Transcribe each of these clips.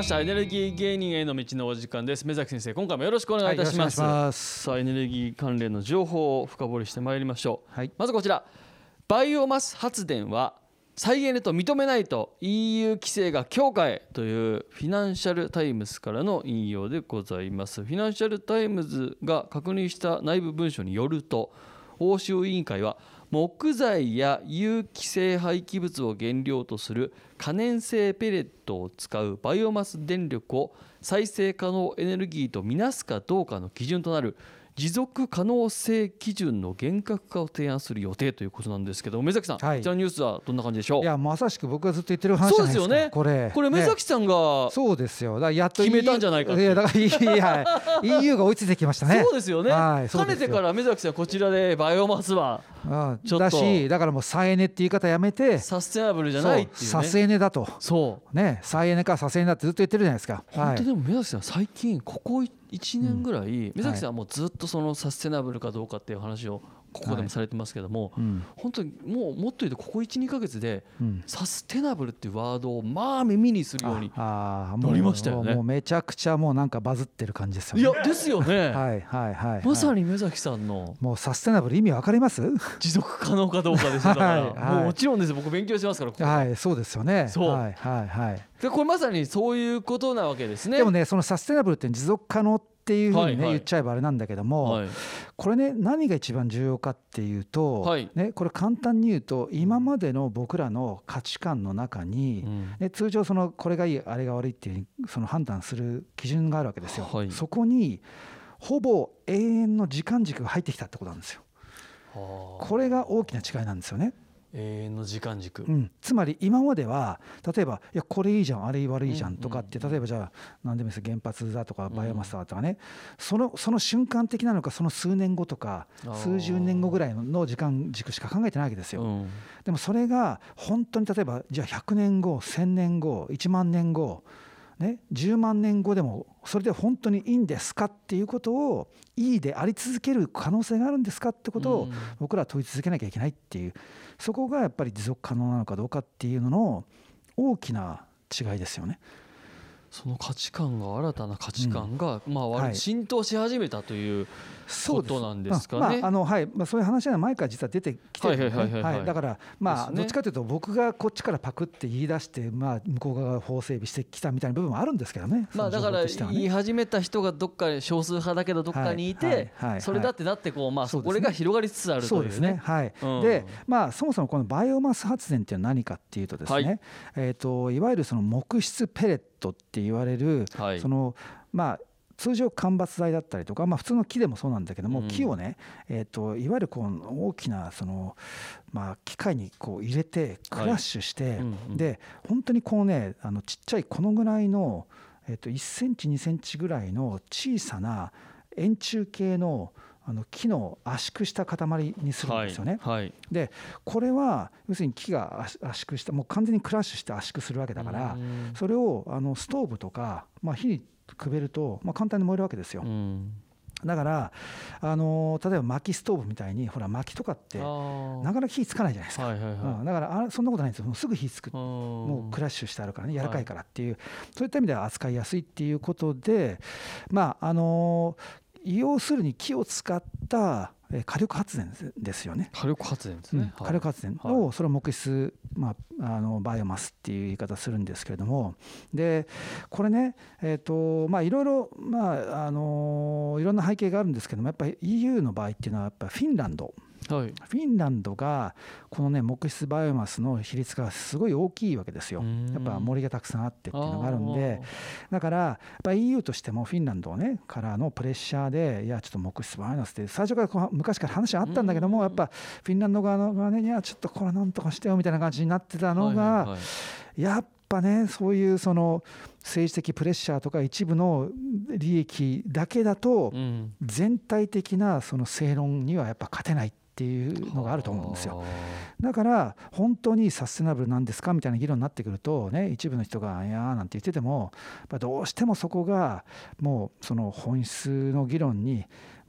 ましたエネルギー芸人への道のお時間です。目崎先生、今回もよろしくお願いいたします。さあ、エネルギー関連の情報を深掘りしてまいりましょう。まずこちら、バイオマス発電は再エネと認めないと EU 規制が強化へというフィナンシャルタイムズからの引用でございます。フィナンシャルタイムズが確認した内部文書によると、欧州委員会は木材や有機性廃棄物を原料とする可燃性ペレットを使うバイオマス電力を再生可能エネルギーとみなすかどうかの基準となる持続可能性基準の厳格化を提案する予定ということなんですけど、目崎さん、こちらのニュースはどんな感じでしょう。 いや、まさしく僕がずっと言ってる話じゃないですか。そうですよね。 これ目崎さんがそうですよ。だからやっと決めたんじゃないかって。 いや、だからEU が追いついてきましたね。 そうですよね。かねてから目崎さん、こちらでバイオマスはちょっとだし、だからもう再エネって言い方やめてサステナブルじゃないっていうね。 サスエネだと。 そうね、再エネかサスエネだってずっと言ってるじゃないですか。 本当でも目崎さん、最近ここ1年ぐらい、目崎さんはもうずっとそのサステナブルかどうかっていう話をここでもされてますけども、本当にもっと言うとここ 1,2 ヶ月でサステナブルっていうワードをまあ耳にするようになりましたよね。 もうめちゃくちゃもうなんかバズってる感じですよね。 いやですよね。まさに目崎さんのもうサステナブル意味わかります？ 持続可能かどうかですよ。だからもうもちろんです。僕勉強してますから。 はい、そうですよね。 でこれまさにそういうことなわけですね。 でもね、そのサステナブルって持続可能っていうふうにね言っちゃえばあれなんだけども、これね、何が一番重要かっていうと、これ簡単に言うと、今までの僕らの価値観の中に通常そのこれがいいあれが悪いっていうその判断する基準があるわけですよ。そこにほぼ永遠の時間軸が入ってきたってことなんですよ。これが大きな違いなんですよね。 永遠の時間軸、 つまり今までは例えばいやこれいいじゃんあれ悪いじゃんとかって、例えばじゃあ何でもいいです、原発だとかバイオマスだとかね、その瞬間的なのか、その数年後とか数十年後ぐらいの時間軸しか考えてないわけですよ。でもそれが本当に例えばじゃあ100年後1000年後1万年後10万年後でもそれで本当にいいんですかっていうことを、いいであり続ける可能性があるんですかってことを僕らは問い続けなきゃいけないっていう、そこがやっぱり持続可能なのかどうかっていうのの大きな違いですよね。 その価値観が、新たな価値観が浸透し始めたということなんですかね。 そういう話は前から実は出てきてるので、だからどっちかというと僕がこっちからパクって言い出して、向こう側が法整備してきたみたいな部分もあるんですけどね。 だから言い始めた人がどっか少数派だけどどっかにいて、それだってこれが広がりつつあるというね。 そうですね。でそもそもこのバイオマス発電っていうのは何かっていうとですね、いわゆるその木質ペレットって言われる、その通常間伐材だったりとか、普通の木でもそうなんだけども、木をね、いわゆるこう大きなその、機械にこう入れてクラッシュして、で本当にこうね、ちっちゃいこのぐらいの、1センチ2センチぐらいの小さな円柱形の木の圧縮した塊にするんですよね。でこれは要するに木が圧縮した、もう完全にクラッシュして圧縮するわけだから、それをストーブとか、火にくべると、簡単に燃えるわけですよ。だから例えば薪ストーブみたいに、ほら薪とかってなかなか火つかないじゃないですか。だからそんなことないんですよ。もうすぐ火つく、もうクラッシュしてあるからね、柔らかいからっていう、そういった意味では扱いやすいっていうことで、要するに木を使った火力発電ですよね。 火力発電ですね。 火力発電を、それを木質、バイオマスっていう言い方するんですけれども、でこれね、いろいろいろんな背景があるんですけども、やっぱり EU の場合っていうのはやっぱフィンランドフィンランドがこのね木質バイオマスの比率がすごい大きいわけですよ。やっぱ森がたくさんあってっていうのがあるんで、だからやっぱ EU としてもフィンランドをねからのプレッシャーで、いやちょっと木質バイオマスって最初から昔から話はあったんだけども、やっぱフィンランド側がね、いやちょっとこれなんとかしてよみたいな感じになってたのが、やっぱね、そういうその政治的プレッシャーとか一部の利益だけだと全体的なその正論にはやっぱ勝てないっていうのがあると思うんですよ。だから本当にサステナブルなんですかみたいな議論になってくるとね、一部の人がいやーなんて言ってても、どうしてもそこがもうその本質の議論に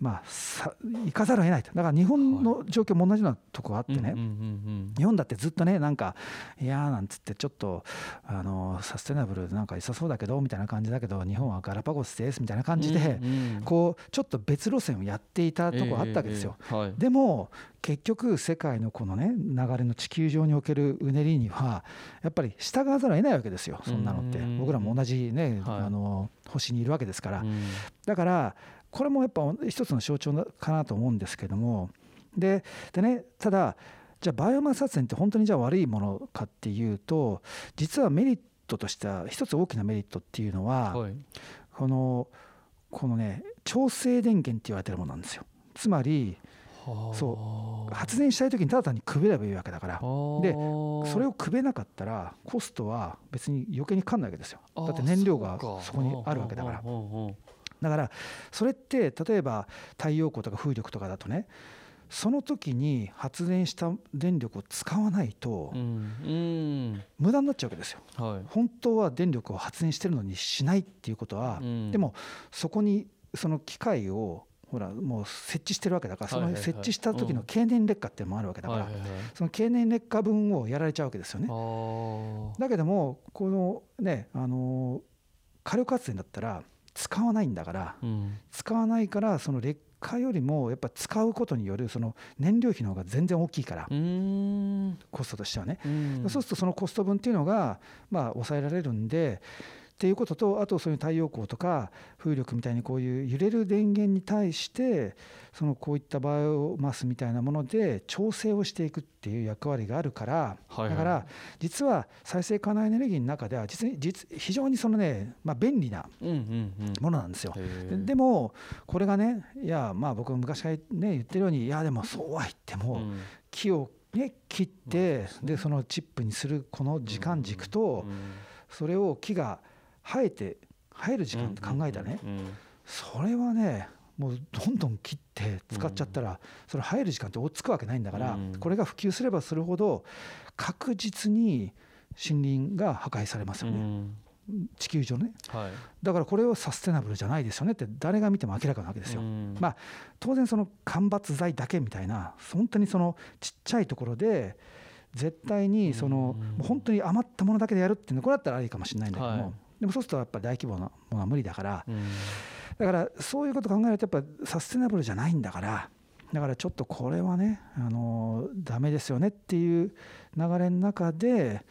行かざるを得ないと。だから日本の状況も同じようなとこがあってね、日本だってずっとねなんかいやーなんつってちょっとサステナブルなんか良さそうだけどみたいな感じだけど日本はガラパゴスですみたいな感じでこうちょっと別路線をやっていたとこあったわけですよ。でも結局世界のこのね流れの地球上におけるうねりにはやっぱり従わざるを得ないわけですよ。そんなのって僕らも同じね星にいるわけですから。だからこれもやっぱ一つの象徴かなと思うんですけども、でね、ただじゃあバイオマス発電って本当にじゃあ悪いものかっていうと、実はメリットとしては一つ大きなメリットっていうのは、このね調整電源って言われてるものなんですよ。つまりそう発電したい時にただ単にくべればいいわけだから、でそれをくべなかったらコストは別に余計にかかんないわけですよ。だって燃料がそこにあるわけだから。だからそれって例えば太陽光とか風力とかだとね、その時に発電した電力を使わないと無駄になっちゃうわけですよ。本当は電力を発電してるのにしないっていうことは、でもそこにその機械をほらもう設置してるわけだから、その設置した時の経年劣化っていうのもあるわけだから、その経年劣化分をやられちゃうわけですよね。だけどもこのね火力発電だったら使わないんだから、使わないからその劣化よりもやっぱ使うことによるその燃料費の方が全然大きいから、コストとしてはね。そうするとそのコスト分っていうのが抑えられるんでっていうことと、あとそういう太陽光とか風力みたいにこういう揺れる電源に対してこういったバイオマスみたいなもので調整をしていくっていう役割があるから、だから実は再生可能エネルギーの中では非常に便利なものなんですよ。でもこれがね、いや僕昔から言ってるように、いやでもそうは言っても木をね切ってでそのチップにするこの時間軸と、それを木が生える時間って考えたらね、それはねもうどんどん切って使っちゃったらそれ生える時間って追いつくわけないんだから、これが普及すればするほど確実に森林が破壊されますよね、地球上ね。だからこれはサステナブルじゃないですよねって誰が見ても明らかなわけですよ。当然その間伐材だけみたいな本当にそのちっちゃいところで絶対に本当に余ったものだけでやるっていうのこれだったらいいかもしれないんだけども、でもそうするとやっぱり大規模なものは無理だから、だからそういうことを考えるとやっぱサステナブルじゃないんだから、だからちょっとこれはねダメですよねっていう流れの中で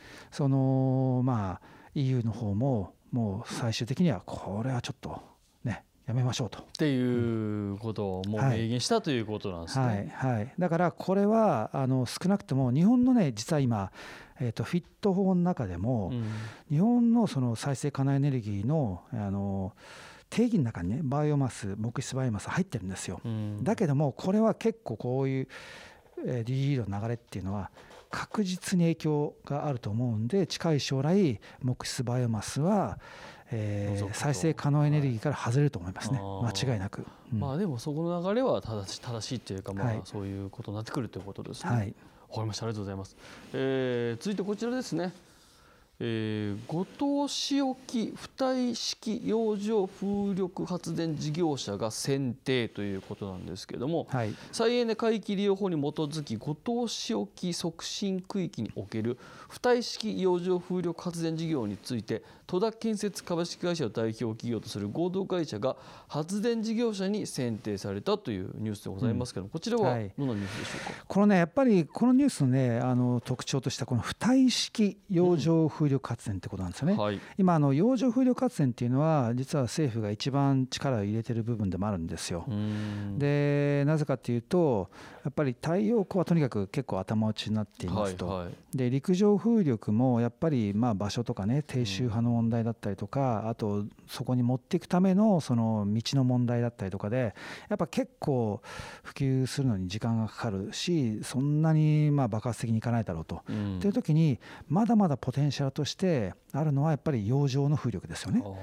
EU の方ももう最終的にはこれはちょっとねやめましょうとっていうことをもう明言したということなんですね。 だからこれは少なくとも日本のね実は今フィット法の中でも、日本のその再生可能エネルギーの定義の中にねバイオマス木質バイオマス入ってるんですよ。だけどもこれは結構こういう DG の流れっていうのは確実に影響があると思うんで、近い将来木質バイオマスは再生可能エネルギーから外れると思いますね、間違いなく。 でもそこの流れは正しいというか、そういうことになってくるということですね。わかりました。ありがとうございます。続いてこちらですね。五島市沖浮体式洋上風力発電事業者が選定ということなんですけれども、再エネ海域利用法に基づき五島市沖促進区域における浮体式洋上風力発電事業について戸田建設株式会社を代表企業とする合同会社が発電事業者に選定されたというニュースでございますけれども、こちらはどんなニュースでしょうか。 このねやっぱりこのニュースのね特徴としてはこの浮体式洋上風力発電ってことなんですよね。今洋上風力発電っていうのは実は政府が一番力を入れてる部分でもあるんですよ。でなぜかっていうとやっぱり太陽光はとにかく結構頭打ちになっていますと、で陸上風力もやっぱり場所とかね低周波の問題だったりとか、あとそこに持っていくためのその道の問題だったりとかでやっぱ結構普及するのに時間がかかるし、そんなに爆発的にいかないだろうと、っていう時にまだまだポテンシャルとしてあるのはやっぱり洋上の風力ですよね。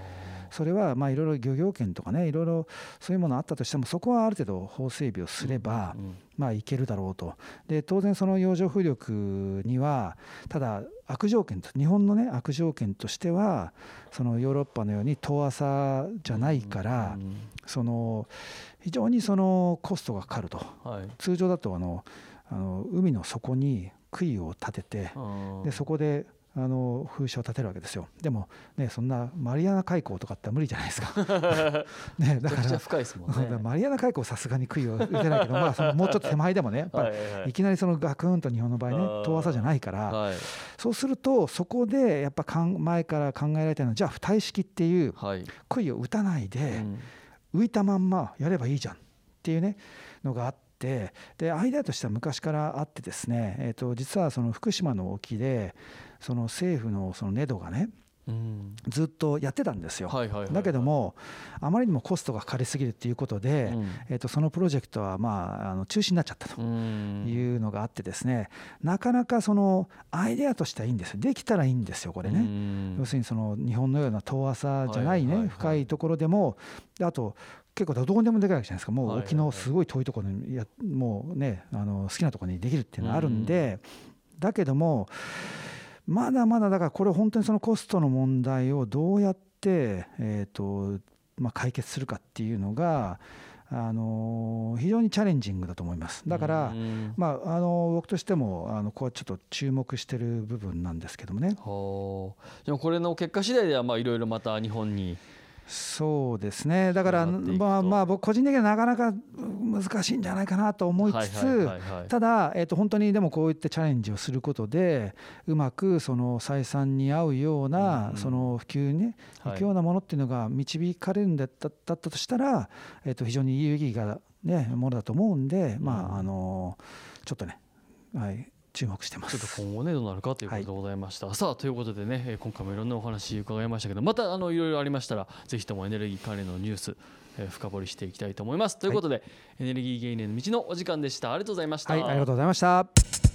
それはまあいろいろ漁業権とかね、いろいろそういうものあったとしても、そこはある程度法整備をすればまあいけるだろうと。で当然その洋上風力にはただ悪条件と、日本のね悪条件としては、そのヨーロッパのように遠浅じゃないから、その非常にそのコストがかかると。通常だと海の底に杭を立てて、でそこで風車を立てるわけですよ。でもね、そんなマリアナ海溝とかって無理じゃないですかね、だから深いですもんね。 マリアナ海溝さすがに杭を打てないけど、まあそのもうちょっと手前でもね、やっぱりいきなりそのガクンと日本の場合ね遠浅じゃないから、そうするとそこでやっぱ前から考えられたのは、じゃあ浮体式っていう杭を打たないで浮いたまんまやればいいじゃんっていうねのがあって、でアイデアとしては昔からあってですね、実はその福島の沖でその政府のそのネドがね、ずっとやってたんですよ。だけどもあまりにもコストがかかりすぎるっていうことで、そのプロジェクトはまあ中止になっちゃったというのがあってですね、なかなかそのアイデアとしてはいいんですよ。できたらいいんですよこれね。要するにその日本のような遠浅じゃないね深いところでも、あと結構どこでもできるわけじゃないですか。もう沖のすごい遠いところにもうね好きなところにできるっていうのがあるんで、だけどもまだまだだからこれ本当にそのコストの問題をどうやって解決するかっていうのが非常にチャレンジングだと思います。だから僕としてもこうちょっと注目してる部分なんですけどもね。でもこれの結果次第ではいろいろまた日本に。 そうですね。だから僕個人的にはなかなか難しいんじゃないかなと思いつつ、ただ本当にでもこういったチャレンジをすることでうまくその採算に合うようなその普及に行くようなものっていうのが導かれるんだったとしたら非常に有意義がねものだと思うんで、ちょっとね注目してます。 ちょっと今後ねどうなるかということでございました。さあということでね、今回もいろんなお話伺いましたけど、またいろいろありましたらぜひともエネルギー関連のニュース、深掘りしていきたいと思います。ということで、エネルギーゲインへの道のお時間でした。ありがとうございました。 ありがとうございました。